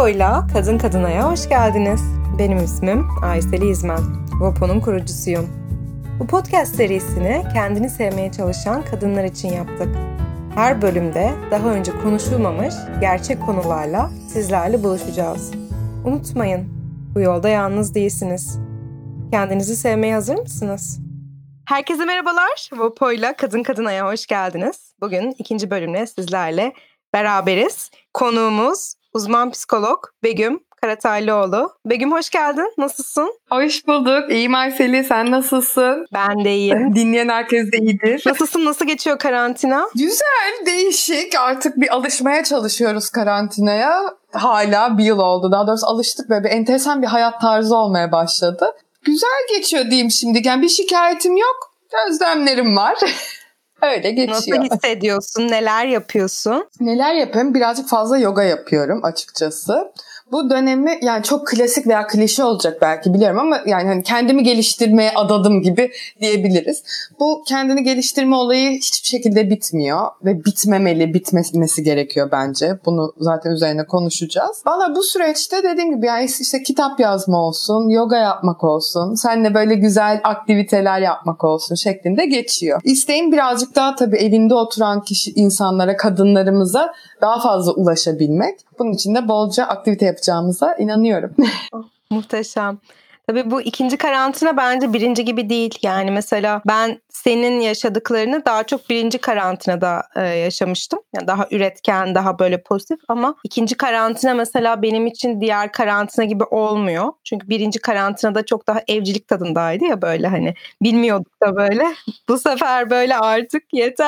Vopo'yla Kadın Kadına'ya hoş geldiniz. Benim ismim Aysel İzmen. Vopo'nun kurucusuyum. Bu podcast serisini kendini sevmeye çalışan kadınlar için yaptık. Her bölümde daha önce konuşulmamış gerçek konularla sizlerle buluşacağız. Unutmayın, bu yolda yalnız değilsiniz. Kendinizi sevmeye hazır mısınız? Herkese merhabalar. Vopo'yla Kadın Kadına'ya hoş geldiniz. Bugün ikinci bölümle sizlerle beraberiz. Konuğumuz uzman psikolog Begüm Karataylıoğlu. Begüm hoş geldin. Nasılsın? Hoş bulduk. İyiyim Ayseli. Sen nasılsın? Ben de iyiyim. Dinleyen herkes de iyidir. Nasılsın? Nasıl geçiyor karantina? Güzel, değişik. Artık bir alışmaya çalışıyoruz karantinaya. Hala bir yıl oldu. Daha doğrusu alıştık ve enteresan bir hayat tarzı olmaya başladı. Güzel geçiyor diyeyim şimdi. Yani bir şikayetim yok. Gözlemlerim var. Öyle geçiyor. Nasıl hissediyorsun? Neler yapıyorsun? Neler yapıyorum? Birazcık fazla yoga yapıyorum açıkçası. Bu dönemi yani çok klasik veya klişe olacak belki biliyorum ama yani hani kendimi geliştirmeye adadım gibi diyebiliriz. Bu kendini geliştirme olayı hiçbir şekilde bitmiyor ve bitmemesi gerekiyor bence. Bunu zaten üzerine konuşacağız. Valla bu süreçte dediğim gibi yani işte kitap yazma olsun, yoga yapmak olsun, seninle böyle güzel aktiviteler yapmak olsun şeklinde geçiyor. İsteğim birazcık daha tabii evinde oturan insanlara, kadınlarımıza daha fazla ulaşabilmek. Bunun için de bolca aktivite yapacağımıza inanıyorum. Muhteşem. Tabii bu ikinci karantina bence birinci gibi değil. Yani mesela ben senin yaşadıklarını daha çok birinci karantinada yaşamıştım. Yani daha üretken, daha böyle pozitif ama ikinci karantina mesela benim için diğer karantina gibi olmuyor. Çünkü birinci karantinada çok daha evcilik tadındaydı ya böyle hani bilmiyorduk da böyle. Bu sefer böyle artık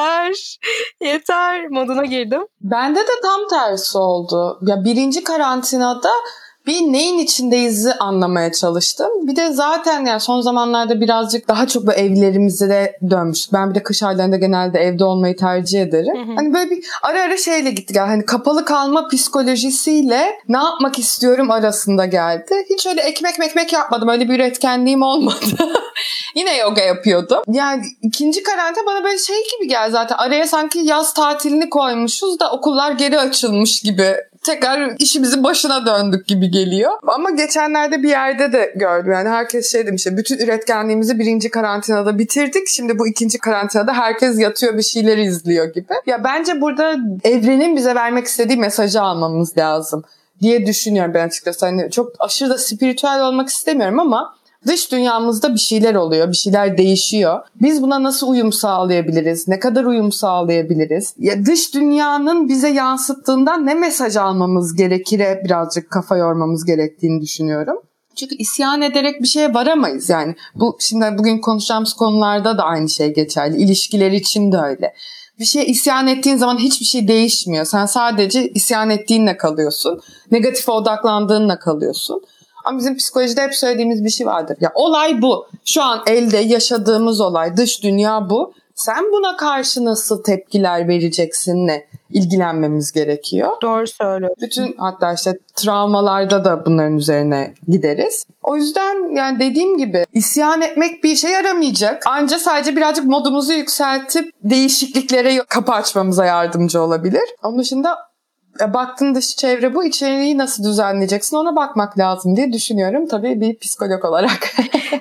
yeter moduna girdim. Bende de tam tersi oldu. Ya birinci karantinada bir neyin içindeyiz'i anlamaya çalıştım. Bir de zaten yani son zamanlarda birazcık daha çok bu evlerimize de dönmüş. Ben bir de kış aylarında genelde evde olmayı tercih ederim. Hı hı. Hani böyle bir ara şeyle gittik. Yani hani kapalı kalma psikolojisiyle ne yapmak istiyorum arasında geldi. Hiç öyle ekmek yapmadım. Öyle bir üretkenliğim olmadı. Yine yoga yapıyordum. Yani ikinci karantina bana böyle şey gibi geldi zaten. Araya sanki yaz tatilini koymuşuz da okullar geri açılmış gibi. Tekrar işimizin başına döndük gibi geliyor. Ama geçenlerde bir yerde de gördüm. Yani herkes şey demiş. Bütün üretkenliğimizi birinci karantinada bitirdik. Şimdi bu ikinci karantinada herkes yatıyor bir şeyler izliyor gibi. Ya bence burada evrenin bize vermek istediği mesajı almamız lazım diye düşünüyorum ben açıkçası. Hani çok aşırı da spiritüel olmak istemiyorum ama dış dünyamızda bir şeyler oluyor, bir şeyler değişiyor. Biz buna nasıl uyum sağlayabiliriz? Ne kadar uyum sağlayabiliriz? Ya dış dünyanın bize yansıttığından ne mesaj almamız gerekire birazcık kafa yormamız gerektiğini düşünüyorum. Çünkü isyan ederek bir şeye varamayız yani. Bu şimdi bugün konuşacağımız konularda da aynı şey geçerli. İlişkiler için de öyle. Bir şeye isyan ettiğin zaman hiçbir şey değişmiyor. Sen sadece isyan ettiğinle kalıyorsun. Negatife odaklandığınla kalıyorsun. Ama bizim psikolojide hep söylediğimiz bir şey vardır. Ya olay bu. Şu an elde yaşadığımız olay, dış dünya bu. Sen buna karşı nasıl tepkiler vereceksinle ilgilenmemiz gerekiyor. Doğru söylüyorsun. Bütün hatta işte travmalarda da bunların üzerine gideriz. O yüzden yani dediğim gibi isyan etmek bir işe yaramayacak. Ancak sadece birazcık modumuzu yükseltip değişikliklere kapı açmamıza yardımcı olabilir. Onun dışında baktığın dış çevre bu, içeriği nasıl düzenleyeceksin ona bakmak lazım diye düşünüyorum. Tabii bir psikolog olarak.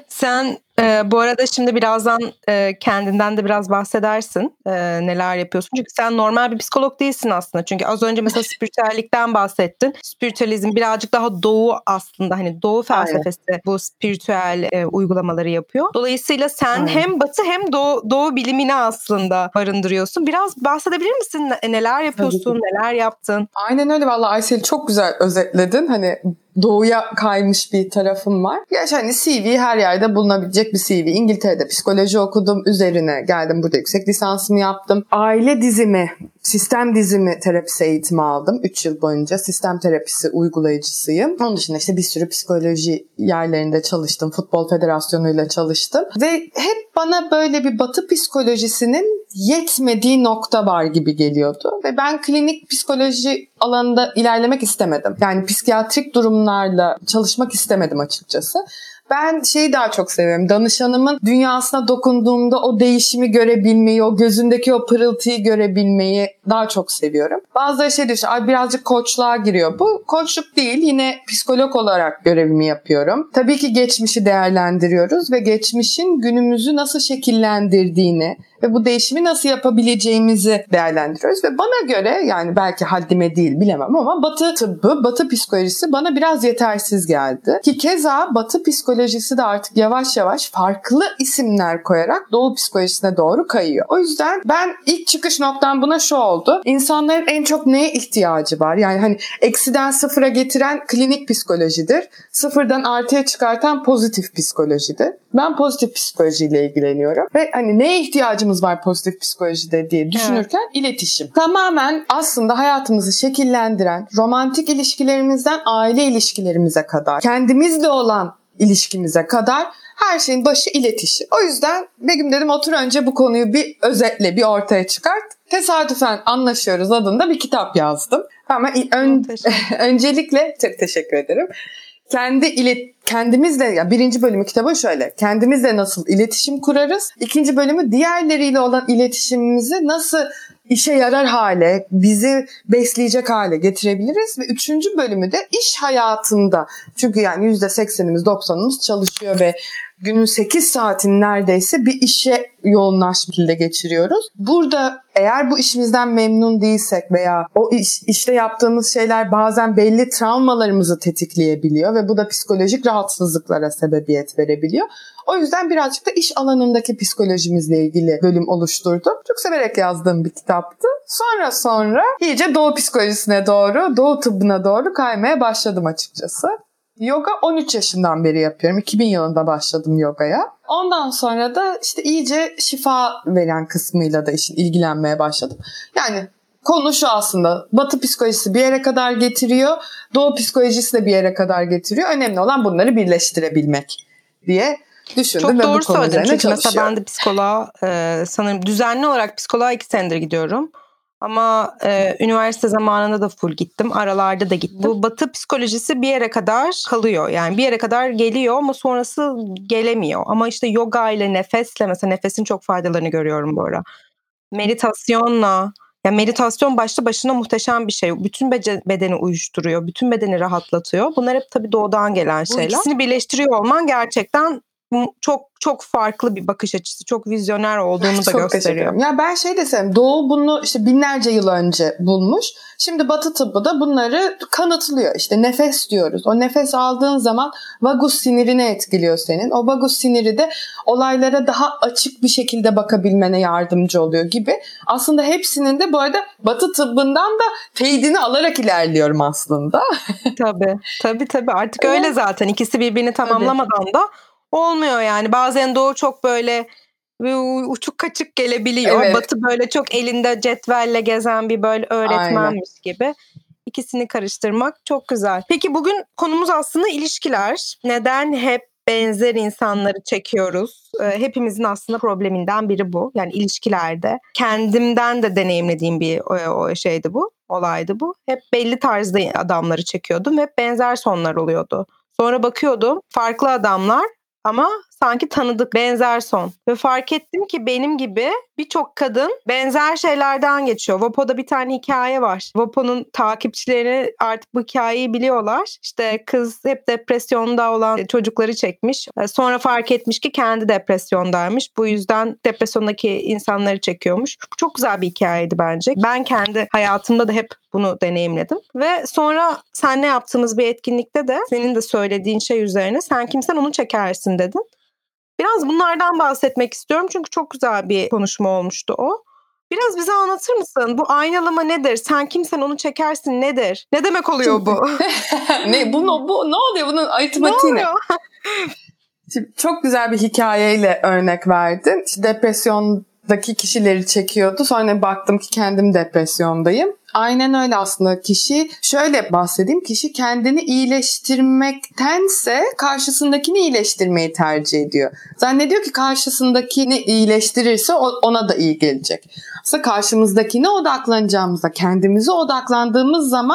Sen bu arada şimdi birazdan kendinden de biraz bahsedersin. Neler yapıyorsun. Çünkü sen normal bir psikolog değilsin aslında. Çünkü az önce mesela spiritüellikten bahsettin. Spiritüalizm birazcık daha doğu aslında. Hani doğu felsefesi bu spiritüel uygulamaları yapıyor. Dolayısıyla sen hem batı hem doğu bilimini aslında barındırıyorsun. Biraz bahsedebilir misin? Neler yapıyorsun? Neler yaptın? Aynen öyle vallahi Aysel çok güzel özetledin. Hani doğuya kaymış bir tarafım var. Ya hani CV her yerde bulunabilecek bir CV. İngiltere'de psikoloji okudum. Üzerine geldim burada yüksek lisansımı yaptım. Aile dizimi, sistem dizimi terapisi eğitimi aldım. 3 yıl boyunca sistem terapisi uygulayıcısıyım. Onun dışında işte bir sürü psikoloji yerlerinde çalıştım. Futbol Federasyonu'yla çalıştım. Ve hep bana böyle bir batı psikolojisinin yetmediği nokta var gibi geliyordu. Ve ben klinik psikoloji alanında ilerlemek istemedim. Yani psikiyatrik durumlarla çalışmak istemedim açıkçası. Ben şeyi daha çok seviyorum. Danışanımın dünyasına dokunduğumda o değişimi görebilmeyi, o gözündeki o pırıltıyı görebilmeyi daha çok seviyorum. Bazıları şey diyor, ay birazcık koçluğa giriyor. Bu koçluk değil, yine psikolog olarak görevimi yapıyorum. Tabii ki geçmişi değerlendiriyoruz ve geçmişin günümüzü nasıl şekillendirdiğini ve bu değişimi nasıl yapabileceğimizi değerlendiriyoruz. Ve bana göre, yani belki haddime değil bilemem ama Batı tıbbı, Batı psikolojisi bana biraz yetersiz geldi. Ki keza Batı psikolojisi de artık yavaş yavaş farklı isimler koyarak Doğu psikolojisine doğru kayıyor. O yüzden ben ilk çıkış noktam buna şu oldu. İnsanların en çok neye ihtiyacı var? Yani hani eksiden sıfıra getiren klinik psikolojidir. Sıfırdan artıya çıkartan pozitif psikolojidir. Ben pozitif psikolojiyle ilgileniyorum. Ve hani neye ihtiyacımız var pozitif psikolojide diye düşünürken iletişim. Tamamen aslında hayatımızı şekillendiren, romantik ilişkilerimizden aile ilişkilerimize kadar, kendimizle olan ilişkimize kadar her şeyin başı iletişim. O yüzden Begüm dedim, otur önce bu konuyu bir özetle, bir ortaya çıkart. Tesadüfen Anlaşıyoruz adında bir kitap yazdım. Ama öncelikle çok teşekkür ederim. Kendimizle, ya birinci bölümü kitabın şöyle. Kendimizle nasıl iletişim kurarız? İkinci bölümü diğerleriyle olan iletişimimizi nasıl işe yarar hale, bizi besleyecek hale getirebiliriz? Ve üçüncü bölümü de iş hayatında. Çünkü yani %80'imiz 90'ımız çalışıyor ve günün 8 saatini neredeyse bir işe yoğunlaşmış şekilde geçiriyoruz. Burada eğer bu işimizden memnun değilsek veya o işte yaptığımız şeyler bazen belli travmalarımızı tetikleyebiliyor ve bu da psikolojik rahatsızlıklara sebebiyet verebiliyor. O yüzden birazcık da iş alanındaki psikolojimizle ilgili bölüm oluşturdum. Çok severek yazdığım bir kitaptı. Sonra iyice Doğu psikolojisine doğru, Doğu tıbbına doğru kaymaya başladım açıkçası. Yoga 13 yaşından beri yapıyorum. 2000 yılında başladım yogaya. Ondan sonra da işte iyice şifa veren kısmıyla da işin ilgilenmeye başladım. Yani konu şu aslında. Batı psikolojisi bir yere kadar getiriyor. Doğu psikolojisi de bir yere kadar getiriyor. Önemli olan bunları birleştirebilmek diye düşündüm. Çok ve doğru bu konu söyledin. üzerine Çünkü mesela ben çalışıyorum. de psikoloğa sanırım düzenli olarak psikoloğa 2 senedir gidiyorum. Ama üniversite zamanında da full gittim. Aralarda da gittim. Bu Batı psikolojisi bir yere kadar kalıyor. Yani bir yere kadar geliyor ama sonrası gelemiyor. Ama işte yoga ile nefesle, mesela nefesin çok faydalarını görüyorum bu ara. Meditasyonla, yani meditasyon başlı başına muhteşem bir şey. Bütün bedeni uyuşturuyor. Bütün bedeni rahatlatıyor. Bunlar hep tabii doğudan gelen şeyler. Bu ikisini birleştiriyor olman gerçekten çok çok farklı bir bakış açısı, çok vizyoner olduğunu da gösteriyor. Ya ben şey desem, Doğu bunu işte binlerce yıl önce bulmuş. Şimdi Batı tıbbı da bunları kanıtlıyor. İşte nefes diyoruz. O nefes aldığın zaman vagus sinirini etkiliyor senin. O vagus siniri de olaylara daha açık bir şekilde bakabilmene yardımcı oluyor gibi. Aslında hepsinin de bu arada Batı tıbbından da teyidini alarak ilerliyorum aslında. Tabii artık öyle zaten. İkisi birbirini tamamlamadan da olmuyor yani. Bazen Doğu çok böyle uçuk kaçık gelebiliyor. Evet. Batı böyle çok elinde cetvelle gezen bir böyle öğretmenmiş gibi. İkisini karıştırmak çok güzel. Peki bugün konumuz aslında ilişkiler. Neden hep benzer insanları çekiyoruz? Hepimizin aslında probleminden biri bu. Yani ilişkilerde. Kendimden de deneyimlediğim bir o şeydi bu. Olaydı bu. Hep belli tarzda adamları çekiyordum. Hep benzer sonlar oluyordu. Sonra bakıyordum farklı adamlar ama sanki tanıdık, benzer son. Ve fark ettim ki benim gibi birçok kadın benzer şeylerden geçiyor. Vapo'da bir tane hikaye var. Vapo'nun takipçileri artık bu hikayeyi biliyorlar. İşte kız hep depresyonda olan çocukları çekmiş. Sonra fark etmiş ki kendi depresyondaymış. Bu yüzden depresyondaki insanları çekiyormuş. Çok güzel bir hikayeydi bence. Ben kendi hayatımda da hep bunu deneyimledim. Ve sonra seninle yaptığımız bir etkinlikte de senin de söylediğin şey üzerine sen kimsen onu çekersin dedin. Biraz bunlardan bahsetmek istiyorum çünkü çok güzel bir konuşma olmuştu o. Biraz bize anlatır mısın? Bu aynalama nedir? Sen kimsen onu çekersin nedir? Ne demek oluyor bu? bu ne oluyor? Bunun aritmatiği ne? Şimdi çok güzel bir hikayeyle örnek verdin. İşte depresyondaki kişileri çekiyordu. Sonra baktım ki kendim depresyondayım. Aynen öyle aslında. Kişi, şöyle bahsedeyim, kişi kendini iyileştirmektense karşısındakini iyileştirmeyi tercih ediyor. Zannediyor ki karşısındakini iyileştirirse ona da iyi gelecek. Aslında karşımızdakine odaklanacağımızda, kendimize odaklandığımız zaman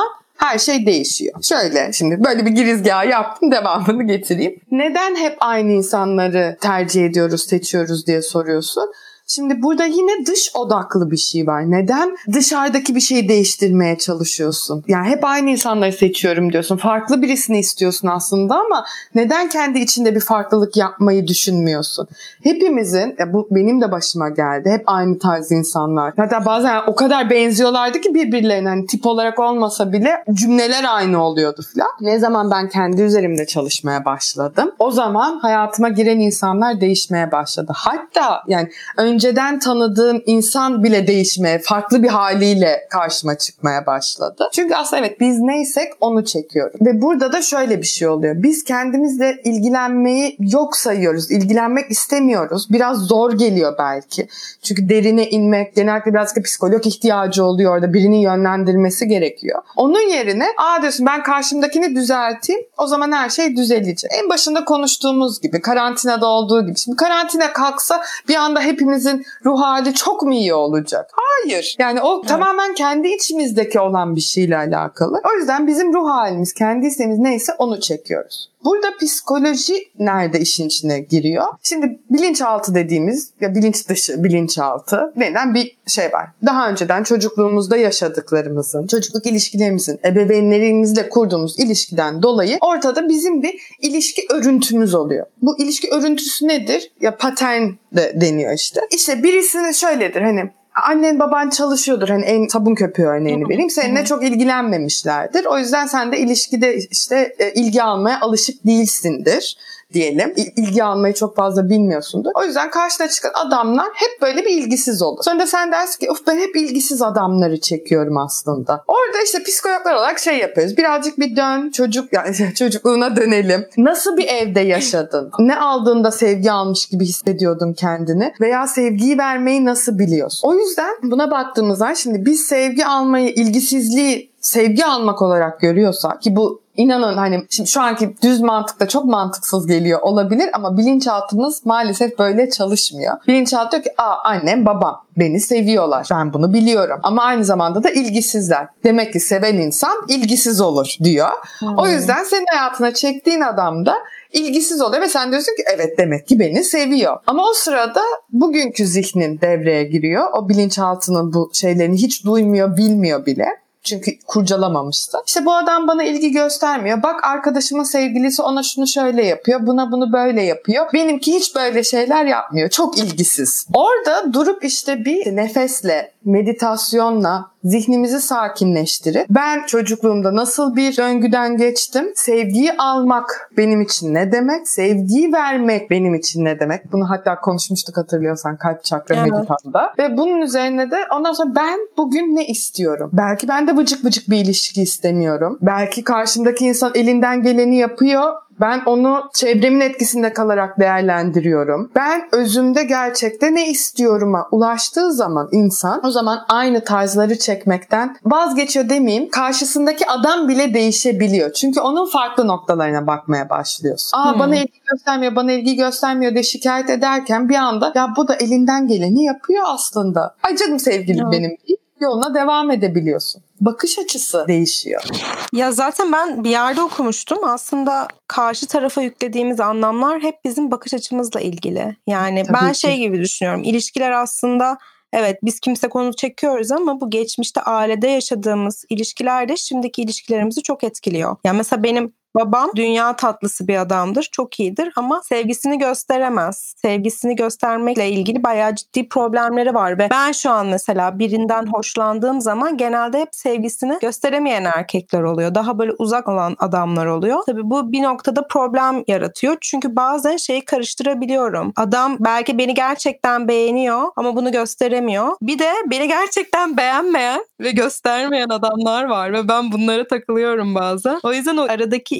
her şey değişiyor. Şöyle şimdi böyle bir girizgah yaptım, devamını getireyim. Neden hep aynı insanları tercih ediyoruz, seçiyoruz diye soruyorsun. Şimdi burada yine dış odaklı bir şey var. Neden dışarıdaki bir şeyi değiştirmeye çalışıyorsun? Yani hep aynı insanları seçiyorum diyorsun. Farklı birisini istiyorsun aslında ama neden kendi içinde bir farklılık yapmayı düşünmüyorsun? Hepimizin, bu benim de başıma geldi. Hep aynı tarz insanlar. Hatta bazen o kadar benziyorlardı ki birbirlerine, hani tip olarak olmasa bile cümleler aynı oluyordu falan. Ne zaman ben kendi üzerimde çalışmaya başladım, o zaman hayatıma giren insanlar değişmeye başladı. Hatta yani önceden tanıdığım insan bile değişmeye, farklı bir haliyle karşıma çıkmaya başladı. Çünkü aslında evet, biz neysek onu çekiyoruz. Ve burada da şöyle bir şey oluyor. Biz kendimizle ilgilenmeyi yok sayıyoruz. İlgilenmek istemiyoruz. Biraz zor geliyor belki. Çünkü derine inmek, genellikle birazcık da psikolog ihtiyacı oluyor orada. Birinin yönlendirmesi gerekiyor. Onun yerine diyorsun ben karşımdakini düzelteyim, o zaman her şey düzelecek. En başında konuştuğumuz gibi, karantinada olduğu gibi. Şimdi karantina kalksa bir anda hepimizin ruh hali çok mu iyi olacak? Hayır. Yani o tamamen kendi içimizdeki olan bir şeyle alakalı. O yüzden bizim ruh halimiz, kendi isteğimiz neyse onu çekiyoruz. Burada psikoloji nerede işin içine giriyor? Şimdi bilinçaltı dediğimiz, ya bilinç dışı, bilinçaltı denilen bir şey var. Daha önceden çocukluğumuzda yaşadıklarımızın, çocukluk ilişkilerimizin, ebeveynlerimizle kurduğumuz ilişkiden dolayı ortada bizim bir ilişki örüntümüz oluyor. Bu ilişki örüntüsü nedir? Ya patern de deniyor işte. İşte birisinin şöyledir, hani annen baban çalışıyordur, hani en sabun köpüğü örneğini vereyim. Seninle çok ilgilenmemişlerdir. O yüzden sen de ilişkide işte ilgi almaya alışık değilsindir diyelim. İlgi almayı çok fazla bilmiyorsundur. O yüzden karşına çıkan adamlar hep böyle bir ilgisiz olur. Sonra da sen dersin ki ben hep ilgisiz adamları çekiyorum aslında. Orada işte psikologlar olarak şey yapıyoruz. Birazcık bir dön, yani çocukluğuna dönelim. Nasıl bir evde yaşadın? Ne aldığında sevgi almış gibi hissediyordun kendini? Veya sevgiyi vermeyi nasıl biliyorsun? O yüzden buna baktığımızda şimdi biz sevgi almayı, ilgisizliği sevgi almak olarak görüyorsak, ki bu inanın hani şimdi şu anki düz mantıkta çok mantıksız geliyor olabilir ama bilinçaltımız maalesef böyle çalışmıyor. Bilinçaltı diyor ki annem babam beni seviyorlar, ben bunu biliyorum ama aynı zamanda da ilgisizler. Demek ki seven insan ilgisiz olur diyor. O yüzden senin hayatına çektiğin adam da ilgisiz oluyor ve sen diyorsun ki evet, demek ki beni seviyor. Ama o sırada bugünkü zihnin devreye giriyor. O bilinçaltının bu şeylerini hiç duymuyor, bilmiyor bile. Çünkü kurcalamamıştı. İşte bu adam bana ilgi göstermiyor. Bak arkadaşımın sevgilisi ona şunu şöyle yapıyor. Buna bunu böyle yapıyor. Benimki hiç böyle şeyler yapmıyor. Çok ilgisiz. Orada durup işte bir nefesle, meditasyonla zihnimizi sakinleştirip ben çocukluğumda nasıl bir döngüden geçtim? Sevgiyi almak benim için ne demek? Sevgiyi vermek benim için ne demek? Bunu hatta konuşmuştuk, hatırlıyorsan, kalp çakra meditasyonda. Ve bunun üzerine de ondan sonra ben bugün ne istiyorum? Belki ben de vıcık vıcık bir ilişki istemiyorum. Belki karşımdaki insan elinden geleni yapıyor. Ben onu çevremin etkisinde kalarak değerlendiriyorum. Ben özümde gerçekte ne istiyorum'a ulaştığı zaman insan, o zaman aynı tarzları çekmekten vazgeçiyor demeyeyim. Karşısındaki adam bile değişebiliyor. Çünkü onun farklı noktalarına bakmaya başlıyorsun. Bana ilgi göstermiyor, bana ilgi göstermiyor diye şikayet ederken bir anda ya bu da elinden geleni yapıyor aslında. Ay canım sevgilim benim değil. Yoluna devam edebiliyorsun. Bakış açısı değişiyor. Ya zaten ben bir yerde okumuştum. Aslında karşı tarafa yüklediğimiz anlamlar hep bizim bakış açımızla ilgili. Yani Tabii ben ki. şey gibi düşünüyorum. İlişkiler aslında evet biz kimse konu çekiyoruz ama bu geçmişte ailede yaşadığımız ilişkiler de şimdiki ilişkilerimizi çok etkiliyor. Yani mesela benim babam dünya tatlısı bir adamdır, çok iyidir ama sevgisini gösteremez. Sevgisini göstermekle ilgili bayağı ciddi problemleri var ve ben şu an mesela birinden hoşlandığım zaman genelde hep sevgisini gösteremeyen erkekler oluyor. Daha böyle uzak olan adamlar oluyor. Tabii bu bir noktada problem yaratıyor. Çünkü bazen şeyi karıştırabiliyorum. Adam belki beni gerçekten beğeniyor ama bunu gösteremiyor. Bir de beni gerçekten beğenmeyen ve göstermeyen adamlar var ve ben bunlara takılıyorum bazen. O yüzden o aradaki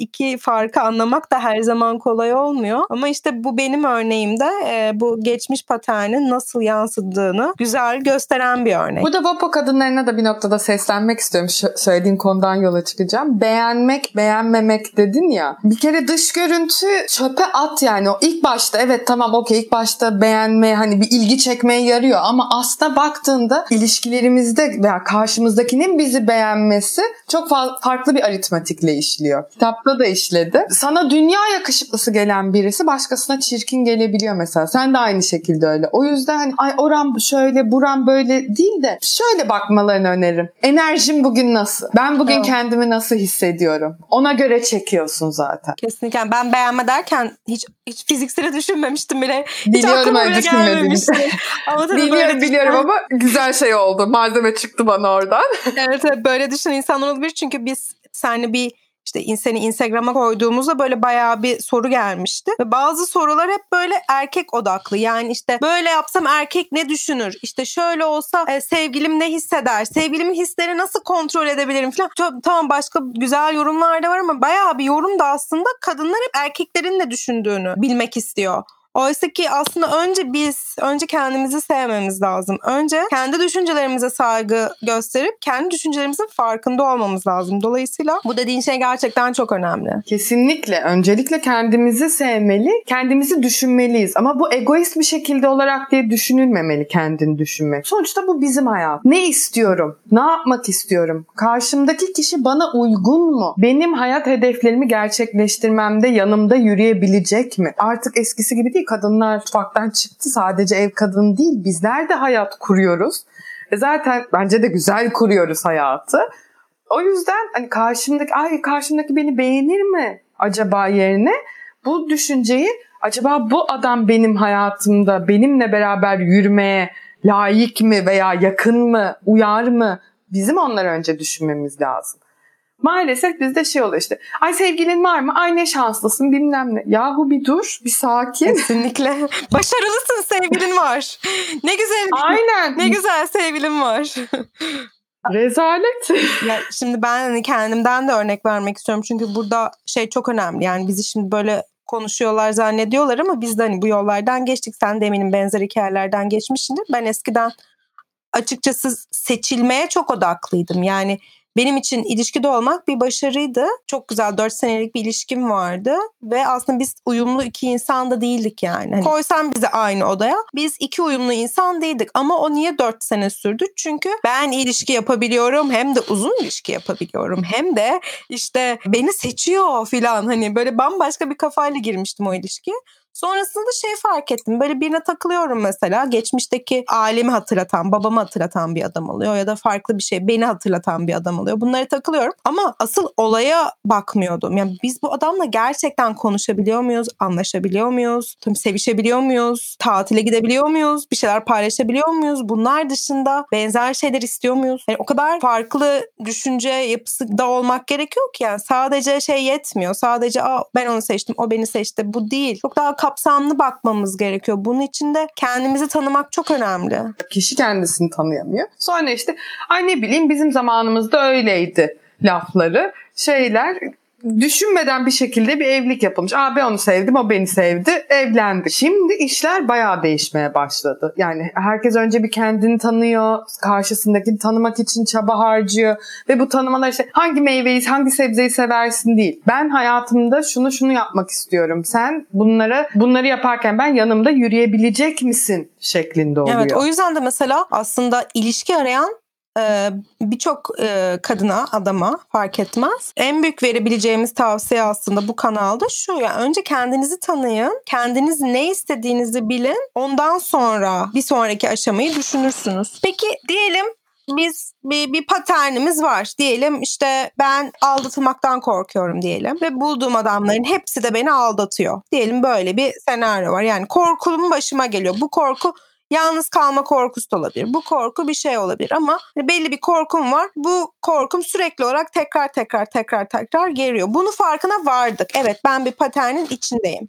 iki farkı anlamak da her zaman kolay olmuyor. Ama işte bu benim örneğimde bu geçmiş paternin nasıl yansıdığını güzel gösteren bir örnek. Burada Vapo kadınlarına da bir noktada seslenmek istiyorum. Söylediğin konudan yola çıkacağım. Beğenmek, beğenmemek dedin ya. Bir kere dış görüntü çöpe at yani. O ilk başta evet tamam okey ilk başta beğenme hani bir ilgi çekmeye yarıyor ama aslında baktığında ilişkilerimizde veya karşımızdakinin bizi beğenmesi çok farklı bir aritmetikle işliyor. Kitapta da işledi. Sana dünya yakışıklısı gelen birisi başkasına çirkin gelebiliyor mesela. Sen de aynı şekilde öyle. O yüzden hani ay oram şöyle buram böyle değil de şöyle bakmalarını öneririm. Enerjim bugün nasıl? Ben bugün kendimi nasıl hissediyorum? Ona göre çekiyorsun zaten. Kesinlikle. Ben beğenme derken hiç fiziksel düşünmemiştim bile. Biliyorum öyle düşünmediğini. Biliyorum ama güzel şey oldu. Malzeme çıktı bana oradan. Evet böyle düşünen insanlar olabilir. Çünkü biz seninle bir seni Instagram'a koyduğumuzda böyle bayağı bir soru gelmişti. Ve bazı sorular hep böyle erkek odaklı. Yani böyle yapsam erkek ne düşünür? Şöyle olsa sevgilim ne hisseder? Sevgilimin hisleri nasıl kontrol edebilirim falan. Tamam başka güzel yorumlar da var ama bayağı bir yorum da aslında kadınlar hep erkeklerin ne düşündüğünü bilmek istiyor. Oysa ki aslında önce kendimizi sevmemiz lazım. Önce kendi düşüncelerimize saygı gösterip kendi düşüncelerimizin farkında olmamız lazım. Dolayısıyla bu dediğin şey gerçekten çok önemli. Kesinlikle. Öncelikle kendimizi sevmeli, kendimizi düşünmeliyiz. Ama bu egoist bir şekilde olarak diye düşünülmemeli kendini düşünmek. Sonuçta bu bizim hayat. Ne istiyorum? Ne yapmak istiyorum? Karşımdaki kişi bana uygun mu? Benim hayat hedeflerimi gerçekleştirmemde yanımda yürüyebilecek mi? Artık eskisi gibi değil. Kadınlar mutfaktan çıktı. Sadece ev kadını değil. Bizler de hayat kuruyoruz. Zaten bence de güzel kuruyoruz hayatı. O yüzden hani karşımdaki beni beğenir mi acaba yerine bu düşünceyi acaba bu adam benim hayatımda benimle beraber yürümeye layık mı veya yakın mı, uyar mı? Bizim onları önce düşünmemiz lazım. Maalesef bizde oluyor ay sevgilin var mı? Ay ne şanslısın bilmem ne. Yahu bir dur, bir sakin. Kesinlikle. Başarılısın sevgilin var. Ne güzel. Aynen. Ne güzel sevgilin var. Rezalet. Ya şimdi ben kendimden de örnek vermek istiyorum. Çünkü burada çok önemli. Yani bizi şimdi böyle konuşuyorlar zannediyorlar ama biz de bu yollardan geçtik. Sen de eminim benzer hikayelerden geçmişsindir. Ben eskiden açıkçası seçilmeye çok odaklıydım. Yani benim için ilişkide olmak bir başarıydı. Çok güzel 4 senelik bir ilişkim vardı. Ve aslında biz uyumlu iki insan da değildik yani. Koysan bizi aynı odaya biz iki uyumlu insan değildik. Ama o niye 4 sene sürdü? Çünkü ben ilişki yapabiliyorum. Hem de uzun ilişki yapabiliyorum. Hem de beni seçiyor filan. Böyle bambaşka bir kafayla girmiştim o ilişkiye. Sonrasında fark ettim. Böyle birine takılıyorum mesela. Geçmişteki ailemi hatırlatan, babamı hatırlatan bir adam oluyor. Ya da farklı bir şey beni hatırlatan bir adam oluyor. Bunlara takılıyorum. Ama asıl olaya bakmıyordum. Yani biz bu adamla gerçekten konuşabiliyor muyuz? Anlaşabiliyor muyuz? Sevişebiliyor muyuz? Tatile gidebiliyor muyuz? Bir şeyler paylaşabiliyor muyuz? Bunlar dışında benzer şeyler istiyor muyuz? Yani o kadar farklı düşünce yapısı da olmak gerekiyor ki yani sadece yetmiyor. Sadece ben onu seçtim, o beni seçti. Bu değil. Çok daha kapsamlı bakmamız gerekiyor. Bunun için de kendimizi tanımak çok önemli. Kişi kendisini tanıyamıyor. Sonra ay ne bileyim bizim zamanımızda öyleydi lafları, şeyler düşünmeden bir şekilde bir evlilik yapılmış. Ben onu sevdim, o beni sevdi, evlendi. Şimdi işler bayağı değişmeye başladı. Yani herkes önce bir kendini tanıyor, karşısındakini tanımak için çaba harcıyor ve bu tanımalar hangi meyveyi, hangi sebzeyi seversin değil. Ben hayatımda şunu yapmak istiyorum. Sen bunları yaparken ben yanımda yürüyebilecek misin şeklinde oluyor. Evet, o yüzden de mesela aslında ilişki arayan birçok kadına, adama fark etmez. En büyük verebileceğimiz tavsiye aslında bu kanalda şu. Yani önce kendinizi tanıyın. Kendiniz ne istediğinizi bilin. Ondan sonra bir sonraki aşamayı düşünürsünüz. Peki diyelim biz bir paternimiz var. Diyelim ben aldatılmaktan korkuyorum diyelim. Ve bulduğum adamların hepsi de beni aldatıyor. Diyelim böyle bir senaryo var. Yani korkum başıma geliyor. Bu korku yalnız kalma korkusu da olabilir. Bu korku bir şey olabilir ama belli bir korkum var. Bu korkum sürekli olarak tekrar geliyor. Bunun farkına vardık. Evet ben bir paternin içindeyim.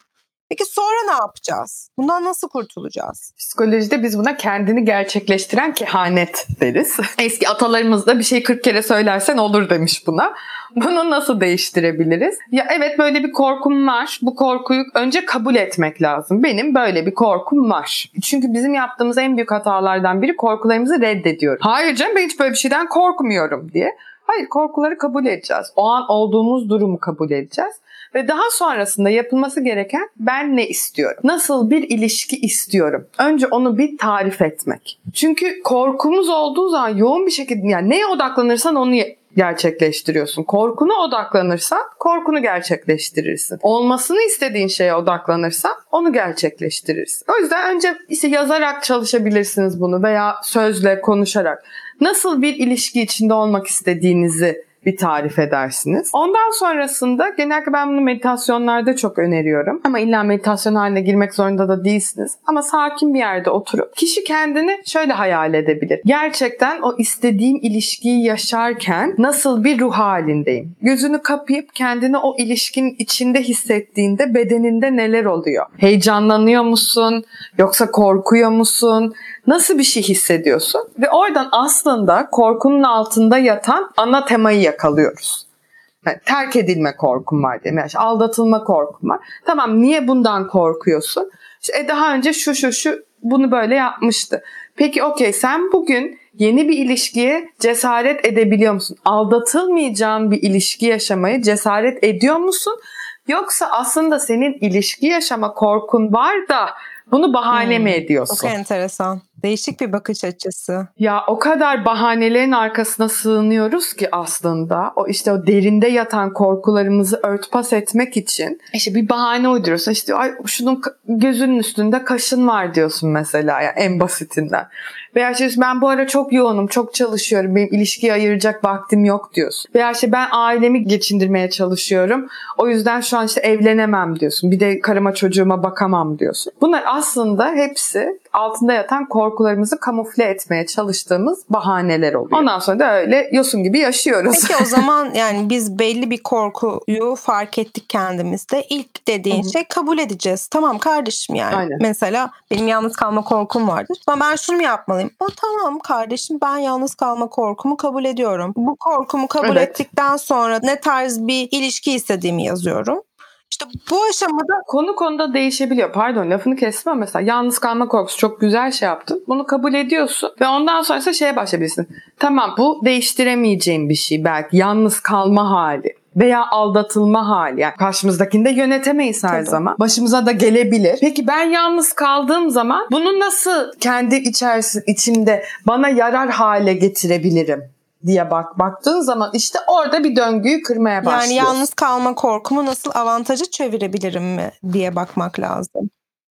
Peki sonra ne yapacağız? Bundan nasıl kurtulacağız? Psikolojide biz buna kendini gerçekleştiren kehanet deriz. Eski atalarımız da bir şey 40 kere söylersen olur demiş buna. Bunu nasıl değiştirebiliriz? Ya evet, böyle bir korkum var. Bu korkuyu önce kabul etmek lazım. Benim böyle bir korkum var. Çünkü bizim yaptığımız en büyük hatalardan biri korkularımızı reddediyoruz. Hayır canım, ben hiç böyle bir şeyden korkmuyorum diye. Hayır, korkuları kabul edeceğiz. O an olduğumuz durumu kabul edeceğiz. Ve daha sonrasında yapılması gereken, ben ne istiyorum? Nasıl bir ilişki istiyorum? Önce onu bir tarif etmek. Çünkü korkumuz olduğu zaman yoğun bir şekilde, yani neye odaklanırsan onu gerçekleştiriyorsun. Korkuna odaklanırsan korkunu gerçekleştirirsin. Olmasını istediğin şeye odaklanırsan onu gerçekleştirirsin. O yüzden önce işte yazarak çalışabilirsiniz bunu veya sözle konuşarak. Nasıl bir ilişki içinde olmak istediğinizi bir tarif edersiniz. Ondan sonrasında genellikle ben bunu meditasyonlarda çok öneriyorum. Ama illa meditasyon haline girmek zorunda da değilsiniz. Ama sakin bir yerde oturup kişi kendini şöyle hayal edebilir. Gerçekten o istediğim ilişkiyi yaşarken nasıl bir ruh halindeyim? Gözünü kapayıp kendini o ilişkinin içinde hissettiğinde bedeninde neler oluyor? Heyecanlanıyor musun? Yoksa korkuyor musun? Nasıl bir şey hissediyorsun? Ve oradan aslında korkunun altında yatan ana temayı yakalıyoruz. Yani terk edilme korkum var diye. Yani aldatılma korkum var. Tamam, niye bundan korkuyorsun? İşte, daha önce şu bunu böyle yapmıştı. Peki okey, sen bugün yeni bir ilişkiye cesaret edebiliyor musun? Aldatılmayacağın bir ilişki yaşamaya cesaret ediyor musun? Yoksa aslında senin ilişki yaşama korkun var da bunu bahane mi ediyorsun? Çok enteresan. Değişik bir bakış açısı. Ya o kadar bahanelerin arkasına sığınıyoruz ki aslında. O işte o derinde yatan korkularımızı örtbas etmek için işte bir bahane uyduruyorsun. İşte ay şunun gözünün üstünde kaşın var diyorsun mesela, ya en basitinden. Veya işte ben bu ara çok yoğunum, çok çalışıyorum, benim ilişkiye ayıracak vaktim yok diyorsun. Veya işte ben ailemi geçindirmeye çalışıyorum, o yüzden şu an işte evlenemem diyorsun. Bir de karıma çocuğuma bakamam diyorsun. Bunlar aslında hepsi altında yatan korkularımızı kamufle etmeye çalıştığımız bahaneler oluyor. Ondan sonra da öyle yosun gibi yaşıyoruz. Peki o zaman yani biz belli bir korkuyu fark ettik kendimizde. İlk dediğin şey kabul edeceğiz. Tamam kardeşim yani. Aynen. Mesela benim yalnız kalma korkum vardır. Ama ben şunu mu yapmalıyım? Tamam kardeşim, ben yalnız kalma korkumu kabul ediyorum. Bu korkumu kabul ettikten sonra ne tarz bir ilişki istediğimi yazıyorum. İşte bu aşamada konu konuda değişebiliyor. Pardon, lafını kestim ama mesela yalnız kalma korkusu çok güzel şey yaptın. Bunu kabul ediyorsun ve ondan sonra şeye başlayabilirsin. Tamam, bu değiştiremeyeceğim bir şey belki. Yalnız kalma hali veya aldatılma hali. Yani karşımızdakini de yönetemeyiz her zaman. Başımıza da gelebilir. Peki ben yalnız kaldığım zaman bunu nasıl kendi içimde bana yarar hale getirebilirim diye baktığın zaman işte orada bir döngüyü kırmaya başlıyorsun. Yani yalnız kalma korkumu nasıl avantaja çevirebilirim mi diye bakmak lazım.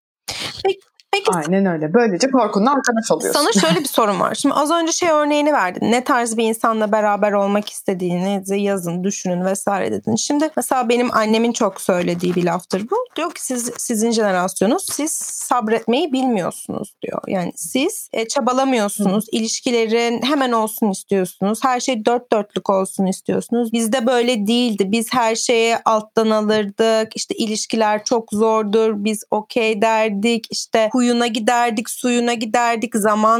Peki, aynen öyle. Böylece korkunun arkadaş oluyorsun. Sana şöyle bir sorum var. Şimdi az önce örneğini verdin. Ne tarz bir insanla beraber olmak istediğinizi yazın, düşünün vesaire dedin. Şimdi mesela benim annemin çok söylediği bir laftır bu. Diyor ki sizin jenerasyonunuz, siz sabretmeyi bilmiyorsunuz diyor. Yani siz çabalamıyorsunuz. İlişkilerin hemen olsun istiyorsunuz. Her şey dört dörtlük olsun istiyorsunuz. Bizde böyle değildi. Biz her şeye alttan alırdık. İşte ilişkiler çok zordur. Biz okey derdik. İşte huyuna giderdik, suyuna giderdik,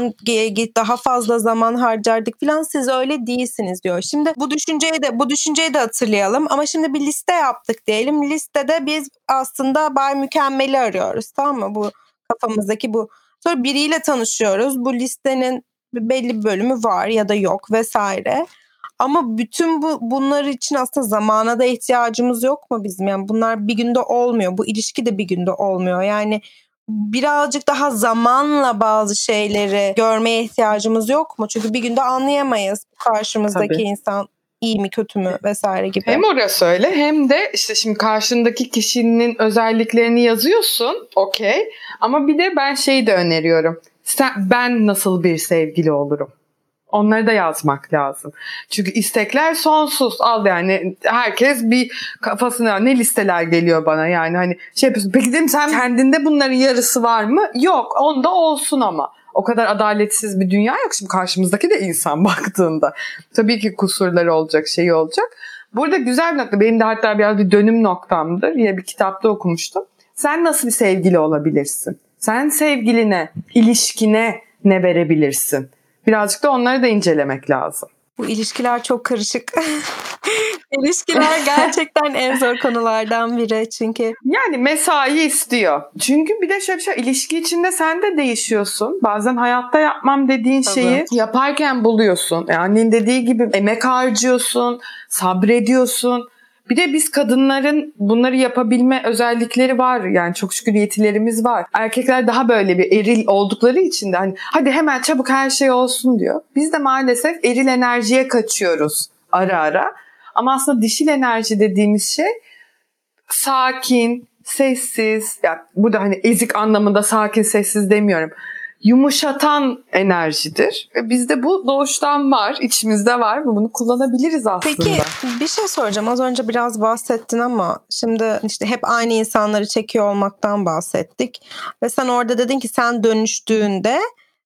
daha fazla zaman harcardık filan. Siz öyle değilsiniz diyor. Şimdi bu düşünceyi de hatırlayalım. Ama şimdi bir liste yaptık diyelim. Listede biz aslında Bay Mükemmel'i arıyoruz, tamam mı? Bu kafamızdaki bu. Sonra biriyle tanışıyoruz. Bu listenin belli bir bölümü var ya da yok vesaire. Ama bütün bunlar için aslında zamana da ihtiyacımız yok mu bizim? Yani bunlar bir günde olmuyor. Bu ilişki de bir günde olmuyor. Yani birazcık daha zamanla bazı şeyleri görmeye ihtiyacımız yok mu? Çünkü bir günde anlayamayız karşımızdaki insan iyi mi kötü mü vesaire gibi. Hem orası öyle hem de işte şimdi karşındaki kişinin özelliklerini yazıyorsun, okey, ama bir de ben şeyi de öneriyorum. Ben nasıl bir sevgili olurum? Onları da yazmak lazım. Çünkü istekler sonsuz. Al yani herkes bir kafasına ne listeler geliyor bana, yani hani şey yapıyorsun. Peki dedim, sen kendinde bunların yarısı var mı? Yok. Onda olsun ama. O kadar adaletsiz bir dünya yok. Şimdi karşımızdaki de insan baktığında. Tabii ki kusurları olacak, şeyi olacak. Burada güzel bir nokta. Benim de hatta biraz bir dönüm noktamdır. Yine bir kitapta okumuştum. Sen nasıl bir sevgili olabilirsin? Sen sevgiline, ilişkine ne verebilirsin? Birazcık da onları da incelemek lazım. Bu ilişkiler çok karışık. İlişkiler gerçekten en zor konulardan biri çünkü. Yani mesai istiyor. Çünkü bir de şöyle bir şey, ilişki içinde sen de değişiyorsun. Bazen hayatta yapmam dediğin şeyi yaparken buluyorsun. Annen dediği gibi emek harcıyorsun, sabrediyorsun. Bir de biz kadınların bunları yapabilme özellikleri var. Yani çok şükür yetilerimiz var. Erkekler daha böyle bir eril oldukları için de hani hadi hemen çabuk her şey olsun diyor. Biz de maalesef eril enerjiye kaçıyoruz ara ara. Ama aslında dişil enerji dediğimiz şey sakin, sessiz. Yani burada hani ezik anlamında sakin, sessiz demiyorum. Yumuşatan enerjidir. Ve bizde bu doğuştan var, içimizde var ve bunu kullanabiliriz aslında. Peki bir şey soracağım. Az önce biraz bahsettin ama şimdi işte hep aynı insanları çekiyor olmaktan bahsettik. Ve sen orada dedin ki sen dönüştüğünde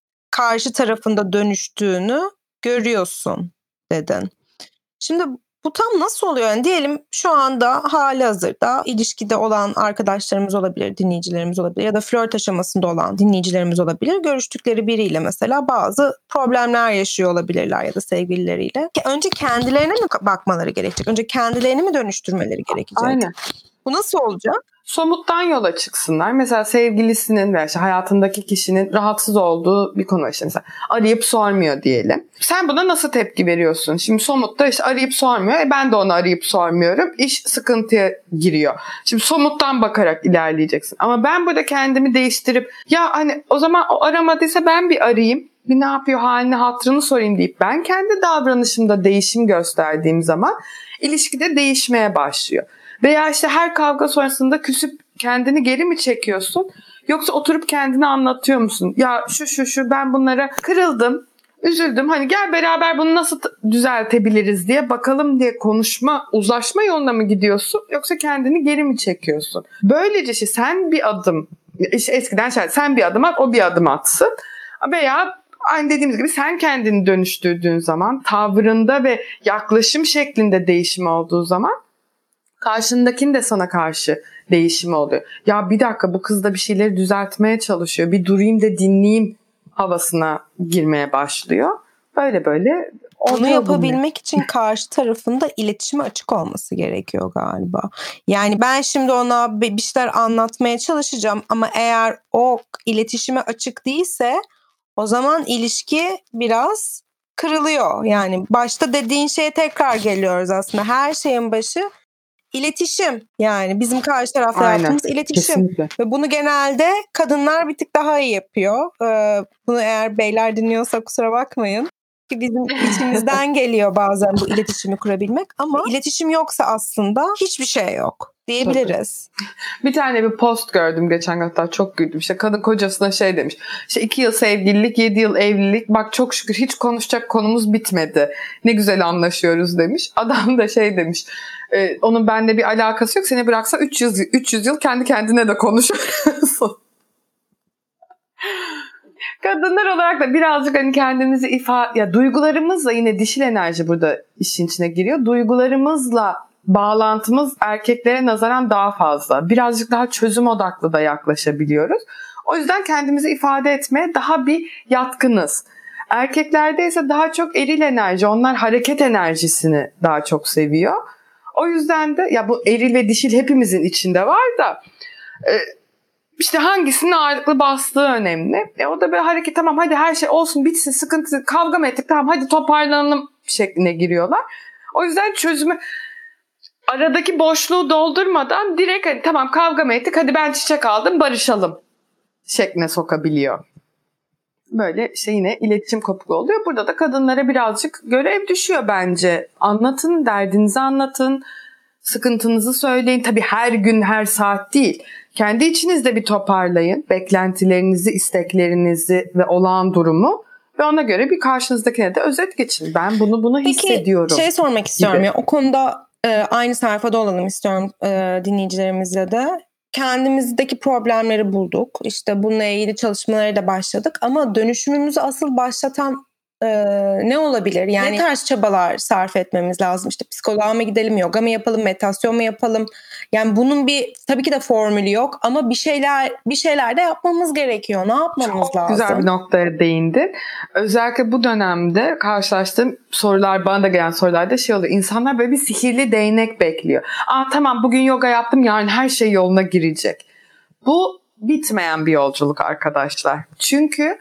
karşı tarafında dönüştüğünü görüyorsun dedin. Şimdi bu tam nasıl oluyor? Yani diyelim şu anda halihazırda ilişkide olan arkadaşlarımız olabilir, dinleyicilerimiz olabilir ya da flört aşamasında olan dinleyicilerimiz olabilir. Görüştükleri biriyle mesela bazı problemler yaşıyor olabilirler ya da sevgilileriyle. Önce kendilerine mi bakmaları gerekecek? Önce kendilerini mi dönüştürmeleri gerekecek? Aynen. Bu nasıl olacak? Somuttan yola çıksınlar. Mesela sevgilisinin veya işte hayatındaki kişinin rahatsız olduğu bir konu var. İşte mesela arayıp sormuyor diyelim. Sen buna nasıl tepki veriyorsun? Şimdi somutta işte arayıp sormuyor. Ben de onu arayıp sormuyorum. İş sıkıntıya giriyor. Şimdi somuttan bakarak ilerleyeceksin. Ama ben burada kendimi değiştirip ya hani o zaman o aramadıysa ben bir arayayım. Bir ne yapıyor halini hatırını sorayım deyip ben kendi davranışımda değişim gösterdiğim zaman ilişkide değişmeye başlıyor. Veya işte her kavga sonrasında küsüp kendini geri mi çekiyorsun? Yoksa oturup kendini anlatıyor musun? Ya şu ben bunlara kırıldım, üzüldüm. Hani gel beraber bunu nasıl düzeltebiliriz diye bakalım diye konuşma, uzlaşma yoluna mı gidiyorsun? Yoksa kendini geri mi çekiyorsun? Böylece işte sen bir adım, işte eskiden sen bir adım at, o bir adım atsın. Veya aynı dediğimiz gibi sen kendini dönüştürdüğün zaman, tavrında ve yaklaşım şeklinde değişim olduğu zaman karşındakinin de sana karşı değişimi oluyor. Ya bir dakika bu kız da bir şeyleri düzeltmeye çalışıyor. Bir durayım da dinleyeyim havasına girmeye başlıyor. Böyle onu yapabilmek için karşı tarafında iletişime açık olması gerekiyor galiba. Yani ben şimdi ona bir şeyler anlatmaya çalışacağım ama eğer o iletişime açık değilse o zaman ilişki biraz kırılıyor. Yani başta dediğin şeye tekrar geliyoruz aslında. Her şeyin başı İletişim, yani bizim karşı tarafla yaptığımız iletişim. Kesinlikle. Ve bunu genelde kadınlar bir tık daha iyi yapıyor. Bunu eğer beyler dinliyorsa kusura bakmayın. Ki bizim içimizden geliyor bazen bu iletişimi kurabilmek ama iletişim yoksa aslında hiçbir şey yok diyebiliriz. Bir tane bir post gördüm geçen, hatta çok güldüm. İşte kadın kocasına şey demiş. İşte 2 yıl sevgililik, 7 yıl evlilik. Bak çok şükür hiç konuşacak konumuz bitmedi. Ne güzel anlaşıyoruz demiş. Adam da şey demiş. Onun benimle bir alakası yok. Seni bıraksa 300 yıl kendi kendine de konuşuyorsun. Kadınlar olarak da birazcık hani kendimizi ya duygularımızla, yine dişil enerji burada işin içine giriyor. Duygularımızla bağlantımız erkeklere nazaran daha fazla. Birazcık daha çözüm odaklı da yaklaşabiliyoruz. O yüzden kendimizi ifade etmeye daha bir yatkınız. Erkeklerde ise daha çok eril enerji. Onlar hareket enerjisini daha çok seviyor. O yüzden de ya bu eril ve dişil hepimizin içinde var da işte hangisinin ağırlıklı bastığı önemli. O da böyle hareket, tamam hadi her şey olsun bitsin, sıkıntı, kavga mı ettik, tamam hadi toparlanalım şekline giriyorlar. O yüzden çözümü aradaki boşluğu doldurmadan direkt hadi tamam kavga mı ettik, hadi ben çiçek aldım barışalım şekline sokabiliyor. Böyle işte yine iletişim kopukluğu oluyor. Burada da kadınlara birazcık görev düşüyor bence. Anlatın, derdinizi anlatın, sıkıntınızı söyleyin. Tabii her gün, her saat değil. Kendi içinizde bir toparlayın. Beklentilerinizi, isteklerinizi ve olağan durumu ve ona göre bir karşınızdakine de özet geçin. Ben bunu hissediyorum. Peki şey sormak istiyorum ya, o konuda aynı sayfada olalım istiyorum dinleyicilerimizle de. Kendimizdeki problemleri bulduk. İşte bununla ilgili çalışmalara da başladık ama dönüşümümüzü asıl başlatan ne olabilir? Yani ne tarz çabalar sarf etmemiz lazım? İşte psikoloğa mı gidelim, yoga mı yapalım, meditasyon mu yapalım? Yani bunun tabii ki de formülü yok ama bir şeyler de yapmamız gerekiyor. Ne yapmamız lazım? Çok güzel bir noktaya değindin. Özellikle bu dönemde karşılaştığım sorular, bana da gelen sorularda oluyor. İnsanlar böyle bir sihirli değnek bekliyor. Tamam, bugün yoga yaptım, yarın her şey yoluna girecek. Bu bitmeyen bir yolculuk arkadaşlar. Çünkü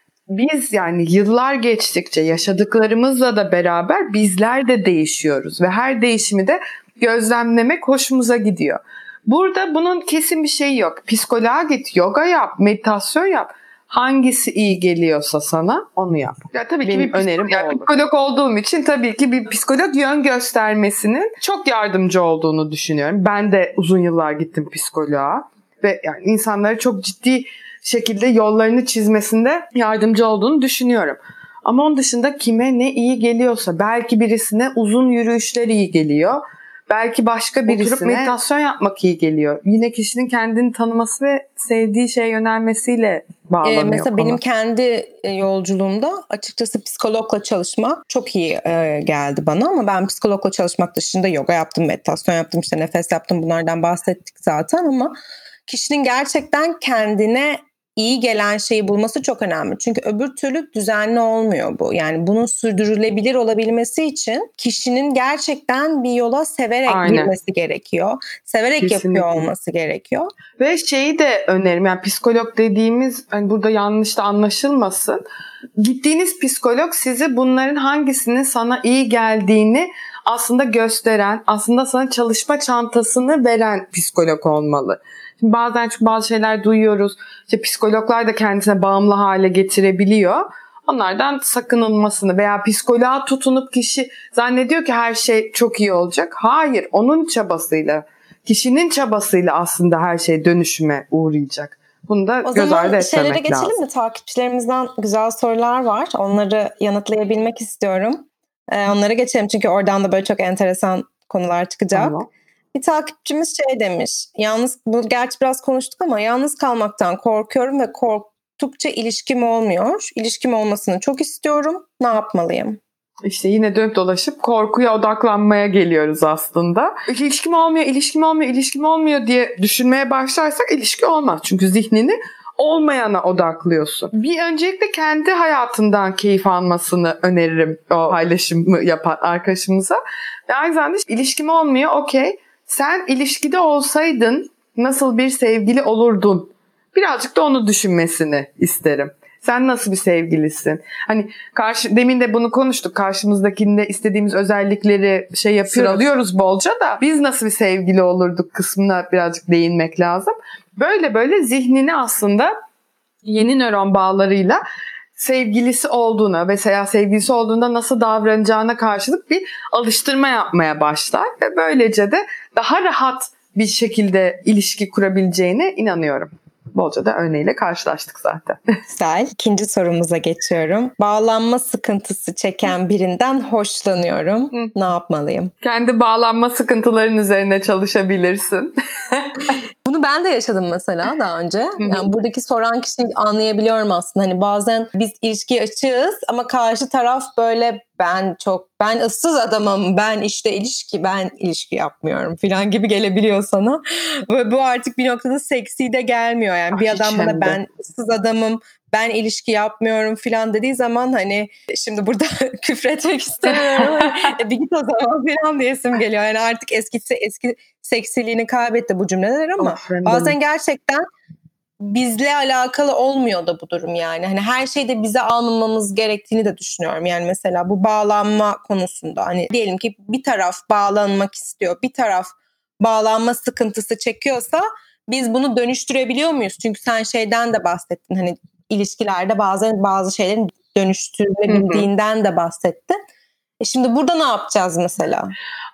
biz yani yıllar geçtikçe yaşadıklarımızla da beraber bizler de değişiyoruz ve her değişimi de gözlemlemek hoşumuza gidiyor. Burada bunun kesin bir şeyi yok. Psikoloğa git, yoga yap, meditasyon yap. Hangisi iyi geliyorsa sana onu yap. Ya tabii ki benim önerim psikolog olduğum için tabii ki bir psikolog yön göstermesinin çok yardımcı olduğunu düşünüyorum. Ben de uzun yıllar gittim psikoloğa ve yani insanları çok ciddi şekilde yollarını çizmesinde yardımcı olduğunu düşünüyorum. Ama onun dışında kime ne iyi geliyorsa, belki birisine uzun yürüyüşler iyi geliyor. Belki başka birisine meditasyon yapmak iyi geliyor. Yine kişinin kendini tanıması ve sevdiği şeye yönelmesiyle bağlanıyor. Mesela benim kendi yolculuğumda açıkçası psikologla çalışmak çok iyi geldi bana. Ama ben psikologla çalışmak dışında yoga yaptım, meditasyon yaptım, işte nefes yaptım. Bunlardan bahsettik zaten ama kişinin gerçekten kendine iyi gelen şeyi bulması çok önemli. Çünkü öbür türlü düzenli olmuyor bu. Yani bunun sürdürülebilir olabilmesi için kişinin gerçekten bir yola severek girmesi gerekiyor. Severek yapıyor olması gerekiyor. Ve şeyi de öneririm. Yani psikolog dediğimiz, hani burada yanlış da anlaşılmasın. Gittiğiniz psikolog size bunların hangisinin sana iyi geldiğini aslında gösteren, aslında sana çalışma çantasını veren psikolog olmalı. Şimdi bazen çünkü bazı şeyler duyuyoruz. İşte psikologlar da kendisine bağımlı hale getirebiliyor. Onlardan sakınılmasını veya psikoloğa tutunup kişi zannediyor ki her şey çok iyi olacak. Hayır, onun çabasıyla, kişinin çabasıyla aslında her şey dönüşüme uğrayacak. Bunu da göz ardı etmemek lazım. O zaman şeylere geçelim mi? Takipçilerimizden güzel sorular var. Onları yanıtlayabilmek istiyorum. Onlara geçelim çünkü oradan da böyle çok enteresan konular çıkacak. Tamam. Bir takipçimiz demiş, bu gerçi biraz konuştuk ama yalnız kalmaktan korkuyorum ve korktukça ilişkim olmuyor. İlişkim olmasını çok istiyorum. Ne yapmalıyım? İşte yine dönüp dolaşıp korkuya odaklanmaya geliyoruz aslında. İlişkim olmuyor diye düşünmeye başlarsak ilişki olmaz. Çünkü zihnini olmayana odaklıyorsun. Bir öncelikle kendi hayatından keyif almasını öneririm o paylaşımı yapan arkadaşımıza. Ve aynı zamanda ilişkim olmuyor, okey. Sen ilişkide olsaydın nasıl bir sevgili olurdun? Birazcık da onu düşünmesini isterim. Sen nasıl bir sevgilisin? Hani demin de bunu konuştuk. Karşımızdakinde istediğimiz özellikleri sıralıyoruz bolca da biz nasıl bir sevgili olurduk kısmına birazcık değinmek lazım. Böyle zihnini aslında yeni nöron bağlarıyla sevgilisi olduğuna veya sevgilisi olduğunda nasıl davranacağına karşılık bir alıştırma yapmaya başlar ve böylece de daha rahat bir şekilde ilişki kurabileceğine inanıyorum. Bolca da örneğiyle karşılaştık zaten. Güzel. İkinci sorumuza geçiyorum. Bağlanma sıkıntısı çeken birinden hoşlanıyorum. Ne yapmalıyım? Kendi bağlanma sıkıntıların üzerine çalışabilirsin. Bunu ben de yaşadım mesela daha önce. Yani buradaki soran kişiyi anlayabiliyorum aslında. Hani bazen biz ilişkiye açığız ama karşı taraf böyle ben ıssız adamım, ben ilişki yapmıyorum falan gibi gelebiliyor sana. Ve bu artık bir noktada seksi de gelmiyor. Yani bir adam bana ben ıssız adamım, ben ilişki yapmıyorum falan dediği zaman hani şimdi burada küfretmek istemiyorum. Bir git o zaman falan diyesim geliyor. Yani artık eski seksiliğini kaybetti bu cümleler ama bazen gerçekten bizle alakalı olmuyor da bu durum yani. Hani her şeyde bize almamamız gerektiğini de düşünüyorum. Yani mesela bu bağlanma konusunda hani diyelim ki bir taraf bağlanmak istiyor, bir taraf bağlanma sıkıntısı çekiyorsa biz bunu dönüştürebiliyor muyuz? Çünkü sen şeyden de bahsettin. Hani ilişkilerde bazen bazı şeylerin dönüştürülebildiğinden de bahsettin. Şimdi burada ne yapacağız mesela?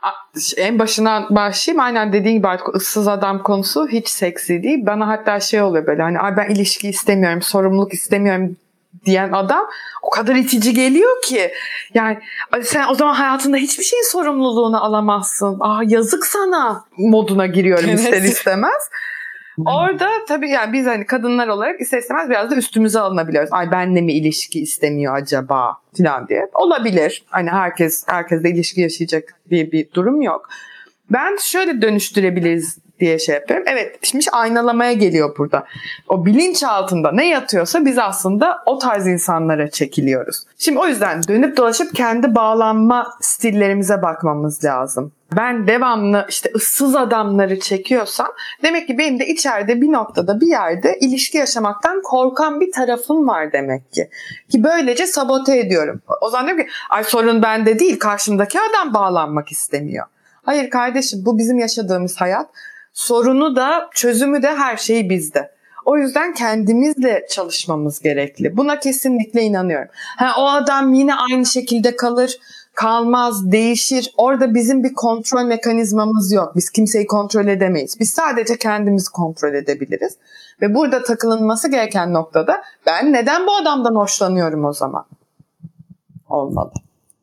En başından başlayayım. Aynen dediğin gibi artık ıssız adam konusu hiç seksi değil. Bana hatta oluyor böyle hani ben ilişki istemiyorum, sorumluluk istemiyorum diyen adam o kadar itici geliyor ki. Yani sen o zaman hayatında hiçbir şeyin sorumluluğunu alamazsın. Yazık sana moduna giriyorum ister istemez. Orada tabii yani biz hani kadınlar olarak ister istemez biraz da üstümüze alınabiliyoruz. Ay benle mi ilişki istemiyor acaba falan diye. Olabilir. Hani herkesle ilişki yaşayacak diye bir durum yok. Ben şöyle dönüştürebiliriz diye şey yapıyorum. Evet, şimdi aynalamaya geliyor burada. O bilinç altında ne yatıyorsa biz aslında o tarz insanlara çekiliyoruz. Şimdi o yüzden dönüp dolaşıp kendi bağlanma stillerimize bakmamız lazım. Ben devamlı işte ıssız adamları çekiyorsam demek ki benim de içeride bir noktada bir yerde ilişki yaşamaktan korkan bir tarafım var demek ki. Ki böylece sabote ediyorum. O zaman diyorum ki ay sorun bende değil, karşımdaki adam bağlanmak istemiyor. Hayır kardeşim, bu bizim yaşadığımız hayat. Sorunu da çözümü de her şey bizde. O yüzden kendimizle çalışmamız gerekli. Buna kesinlikle inanıyorum. O adam yine aynı şekilde kalır, kalmaz, değişir. Orada bizim bir kontrol mekanizmamız yok. Biz kimseyi kontrol edemeyiz. Biz sadece kendimizi kontrol edebiliriz. Ve burada takılınması gereken noktada ben neden bu adamdan hoşlanıyorum o zaman? Olmalı.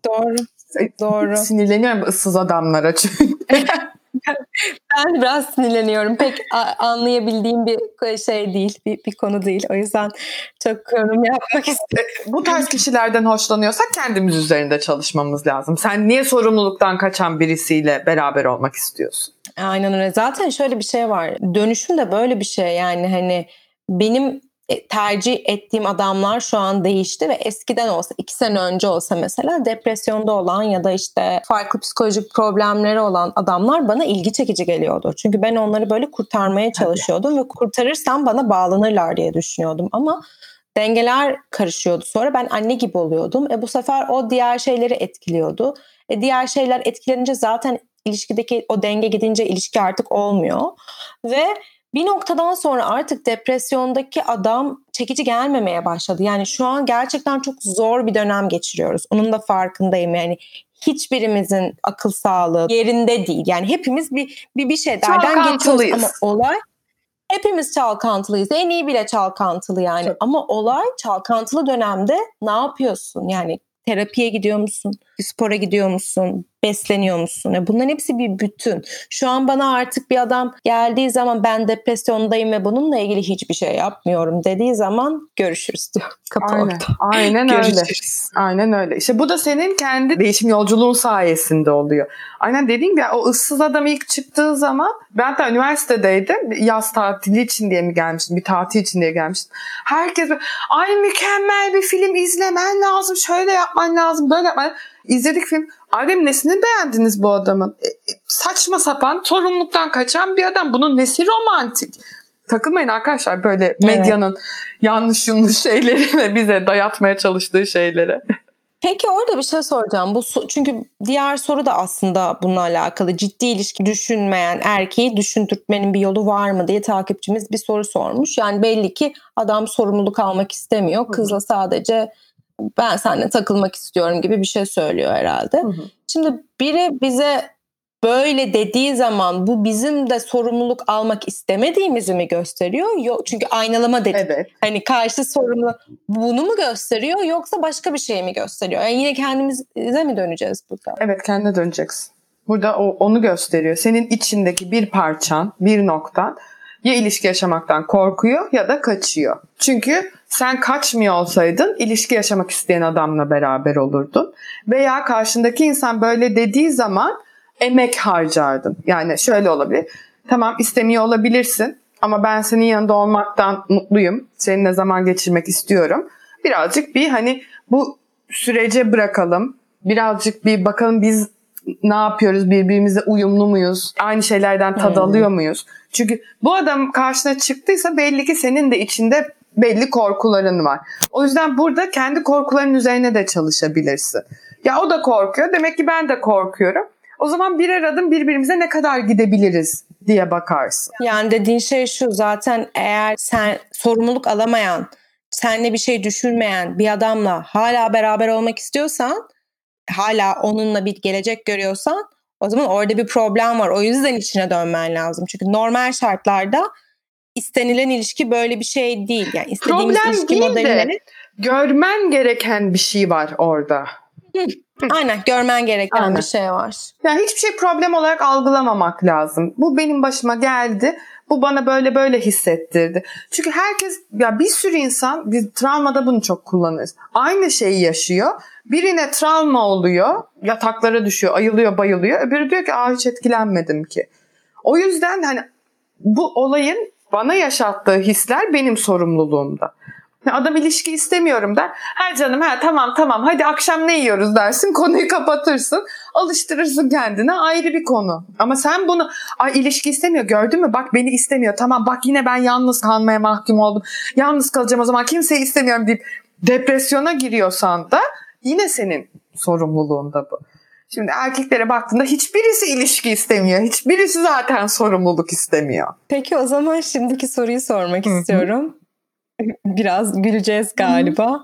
Doğru. Sinirleniyorum ıssız adamlara çünkü. Ben biraz sinirleniyorum. Pek anlayabildiğim bir şey değil, bir konu değil. O yüzden çok yorum yapmak istiyorum. Bu tarz kişilerden hoşlanıyorsak kendimiz üzerinde çalışmamız lazım. Sen niye sorumluluktan kaçan birisiyle beraber olmak istiyorsun? Aynen öyle. Zaten şöyle bir şey var. Dönüşüm de böyle bir şey. Yani hani benim tercih ettiğim adamlar şu an değişti ve eskiden olsa 2 sene önce olsa mesela depresyonda olan ya da işte farklı psikolojik problemleri olan adamlar bana ilgi çekici geliyordu. Çünkü ben onları böyle kurtarmaya çalışıyordum ve kurtarırsam bana bağlanırlar diye düşünüyordum ama dengeler karışıyordu. Sonra ben anne gibi oluyordum. Bu sefer o diğer şeyleri etkiliyordu. Diğer şeyler etkilenince zaten ilişkideki o denge gidince ilişki artık olmuyor ve bir noktadan sonra artık depresyondaki adam çekici gelmemeye başladı. Yani şu an gerçekten çok zor bir dönem geçiriyoruz. Onun da farkındayım. Yani hiçbirimizin akıl sağlığı yerinde değil. Yani hepimiz bir şeylerden geçiyoruz ama olay hepimiz çalkantılıyız. En iyi bile çalkantılı yani. Çok. Ama olay çalkantılı dönemde ne yapıyorsun? Yani terapiye gidiyor musun? Spora gidiyor musun? Besleniyor musun? Bunların hepsi bir bütün. Şu an bana artık bir adam geldiği zaman ben depresyondayım ve bununla ilgili hiçbir şey yapmıyorum dediği zaman görüşürüz diyor. Kapı orada. Aynen öyle. Aynen öyle. İşte bu da senin kendi değişim yolculuğun sayesinde oluyor. Aynen dediğin gibi o ıssız adam ilk çıktığı zaman ben de üniversitedeydim. Yaz tatili için diye mi gelmiştim? Bir tatil için diye gelmiştim. Herkes ay mükemmel bir film izlemen lazım. Şöyle yapman lazım. Böyle yapman lazım. İzledik film. Adem nesini beğendiniz bu adamın? Saçma sapan, sorumluluktan kaçan bir adam. Bunun nesi romantik? Takılmayın arkadaşlar böyle medyanın yanlış şeyleri ve bize dayatmaya çalıştığı şeylere. Peki orada bir şey soracağım. Çünkü diğer soru da aslında bununla alakalı. Ciddi ilişki düşünmeyen erkeği düşündürtmenin bir yolu var mı diye takipçimiz bir soru sormuş. Yani belli ki adam sorumluluk almak istemiyor. Kızla sadece ben seninle takılmak istiyorum gibi bir şey söylüyor herhalde. Şimdi biri bize böyle dediği zaman bu bizim de sorumluluk almak istemediğimizi mi gösteriyor? Yok, çünkü aynalama dedik. Evet. Hani karşı sorumlu bunu mu gösteriyor yoksa başka bir şey mi gösteriyor? Yani yine kendimize mi döneceğiz burada? Evet, kendine döneceksin. Burada onu gösteriyor. Senin içindeki bir parçan, bir noktan ya ilişki yaşamaktan korkuyor ya da kaçıyor. Çünkü sen kaçmıyor olsaydın ilişki yaşamak isteyen adamla beraber olurdun. Veya karşındaki insan böyle dediği zaman emek harcardın. Yani şöyle olabilir. Tamam, istemiyor olabilirsin ama ben senin yanında olmaktan mutluyum. Seninle zaman geçirmek istiyorum. Birazcık bir hani bu sürece bırakalım. Birazcık bir bakalım biz ne yapıyoruz? Birbirimize uyumlu muyuz? Aynı şeylerden tad alıyor muyuz? Çünkü bu adam karşına çıktıysa belli ki senin de içinde belli korkuların var. O yüzden burada kendi korkuların üzerine de çalışabilirsin. Ya o da korkuyor. Demek ki ben de korkuyorum. O zaman birer adım birbirimize ne kadar gidebiliriz diye bakarsın. Yani dediğin şey şu, zaten eğer sen sorumluluk alamayan, seninle bir şey düşünmeyen bir adamla hala beraber olmak istiyorsan, hala onunla bir gelecek görüyorsan o zaman orada bir problem var. O yüzden içine dönmen lazım. Çünkü normal şartlarda istenilen ilişki böyle bir şey değil. Yani istediğimiz problem ilişki değil modelleri... de görmen gereken bir şey var orada. Aynen, görmen gereken bir şey var. Yani hiçbir şey problem olarak algılamamak lazım. Bu benim başıma geldi. Bu bana böyle böyle hissettirdi. Çünkü herkes, ya bir sürü insan, biz travmada bunu çok kullanırız. Aynı şeyi yaşıyor. Birine travma oluyor, yataklara düşüyor, ayılıyor, bayılıyor. Öbürü diyor ki hiç etkilenmedim ki. O yüzden hani bu olayın bana yaşattığı hisler benim sorumluluğumda. Adam ilişki istemiyorum der. Canım tamam hadi akşam ne yiyoruz dersin, konuyu kapatırsın, alıştırırsın kendine, ayrı bir konu. Ama sen bunu ilişki istemiyor, gördün mü bak beni istemiyor, tamam bak yine ben yalnız kalmaya mahkum oldum, yalnız kalacağım o zaman, kimseyi istemiyorum deyip depresyona giriyorsan da yine senin sorumluluğunda bu. Şimdi erkeklere baktığında hiçbirisi ilişki istemiyor. Hiçbirisi zaten sorumluluk istemiyor. Peki o zaman şimdiki soruyu sormak istiyorum. Biraz güleceğiz galiba.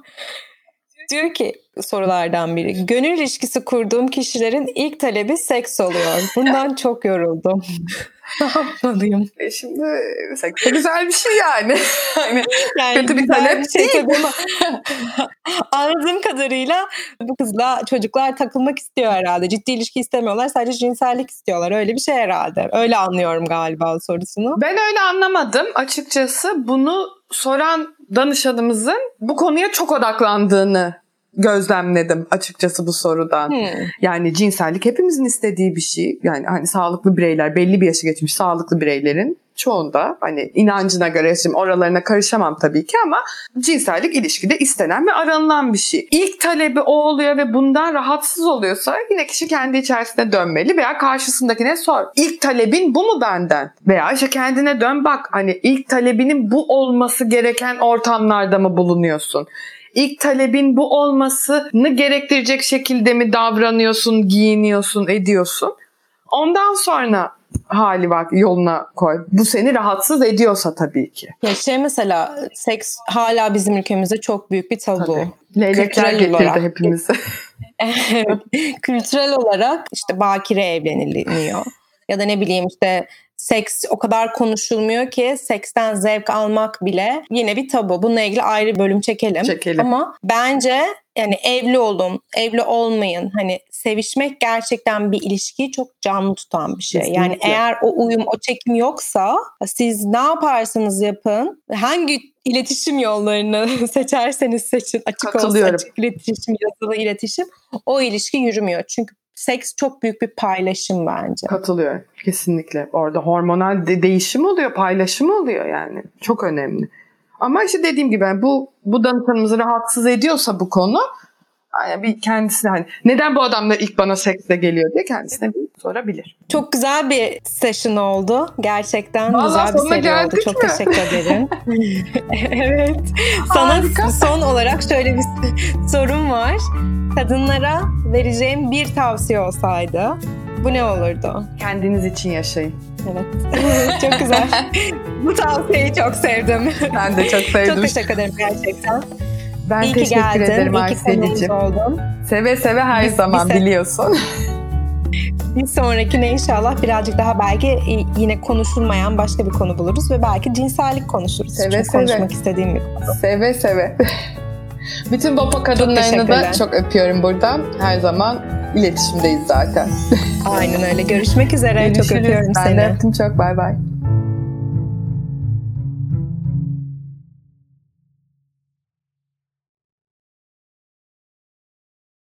Diyor ki sorulardan biri: gönül ilişkisi kurduğum kişilerin ilk talebi seks oluyor. Bundan çok yoruldum. Ne yapmalıyım? Şimdi seks güzel bir şey yani. Yani kötü bir talep bir şey değil. Ama anladığım kadarıyla bu kızla çocuklar takılmak istiyor herhalde. Ciddi ilişki istemiyorlar. Sadece cinsellik istiyorlar. Öyle bir şey herhalde. Öyle anlıyorum galiba sorusunu. Ben öyle anlamadım. Açıkçası bunu soran danışanımızın bu konuya çok odaklandığını gözlemledim açıkçası bu sorudan. Yani cinsellik hepimizin istediği bir şey. Yani hani sağlıklı bireyler, belli bir yaşı geçmiş sağlıklı bireylerin çoğunda, hani inancına göre, şimdi oralarına karışamam tabii ki, ama cinsellik ilişkide istenen ve aranılan bir şey. İlk talebi o oluyor ve bundan rahatsız oluyorsa yine kişi kendi içerisine dönmeli veya karşısındakine sor. İlk talebin bu mu benden? Veya işte kendine dön bak, hani ilk talebinin bu olması gereken ortamlarda mı bulunuyorsun? İlk talebin bu olmasını gerektirecek şekilde mi davranıyorsun, giyiniyorsun, ediyorsun? Ondan sonra hali bak yoluna koy. Bu seni rahatsız ediyorsa tabii ki. Ya mesela seks hala bizim ülkemizde çok büyük bir tabu. Tabii. Leylekler getirdi hepimizi. Kültürel olarak işte bakire evleniliyor. Ya da ne bileyim işte seks o kadar konuşulmuyor ki seksten zevk almak bile yine bir tabu. Bununla ilgili ayrı bölüm çekelim. Ama bence yani evli olun, evli olmayın. Hani sevişmek gerçekten bir ilişkiyi çok canlı tutan bir şey. Kesinlikle. Yani eğer o uyum, o çekim yoksa siz ne yaparsanız yapın, hangi iletişim yollarını seçerseniz seçin, açık olsun, açık iletişim, yazılı iletişim, o ilişki yürümüyor. Çünkü seks çok büyük bir paylaşım bence. Katılıyorum. Kesinlikle. Orada hormonal değişim oluyor, paylaşım oluyor yani. Çok önemli. Ama işte dediğim gibi yani bu danışanımızı rahatsız ediyorsa bu konu, yani bir kendisine hani neden bu adamlar ilk bana seksle geliyor diye kendisine bir sorabilir. Çok güzel bir session oldu. Gerçekten vallahi güzel bir seri oldu. Çok teşekkür ederim. Evet. Sana son olarak şöyle bir sorum var. Kadınlara vereceğim bir tavsiye olsaydı bu ne olurdu? Kendiniz için yaşayın. Evet. Çok güzel. Bu tavsiyeyi çok sevdim. Ben de çok sevdim. Çok teşekkür ederim gerçekten. Ben İyi teşekkür ki geldin. ederim Aysel'cim. Seve seve her zaman biliyorsun. Bir sonrakine inşallah birazcık daha belki yine konuşulmayan başka bir konu buluruz ve belki cinsellik konuşuruz. Seve seve. Konuşmak istediğim bir konu. Seve seve. Bütün Vopo kadınlarını da çok öpüyorum buradan. Her zaman iletişimdeyiz zaten. Aynen öyle. Görüşmek üzere. Görüşürüz. Çok öpüyorum seni. Ben de öptüm çok. Bay bay.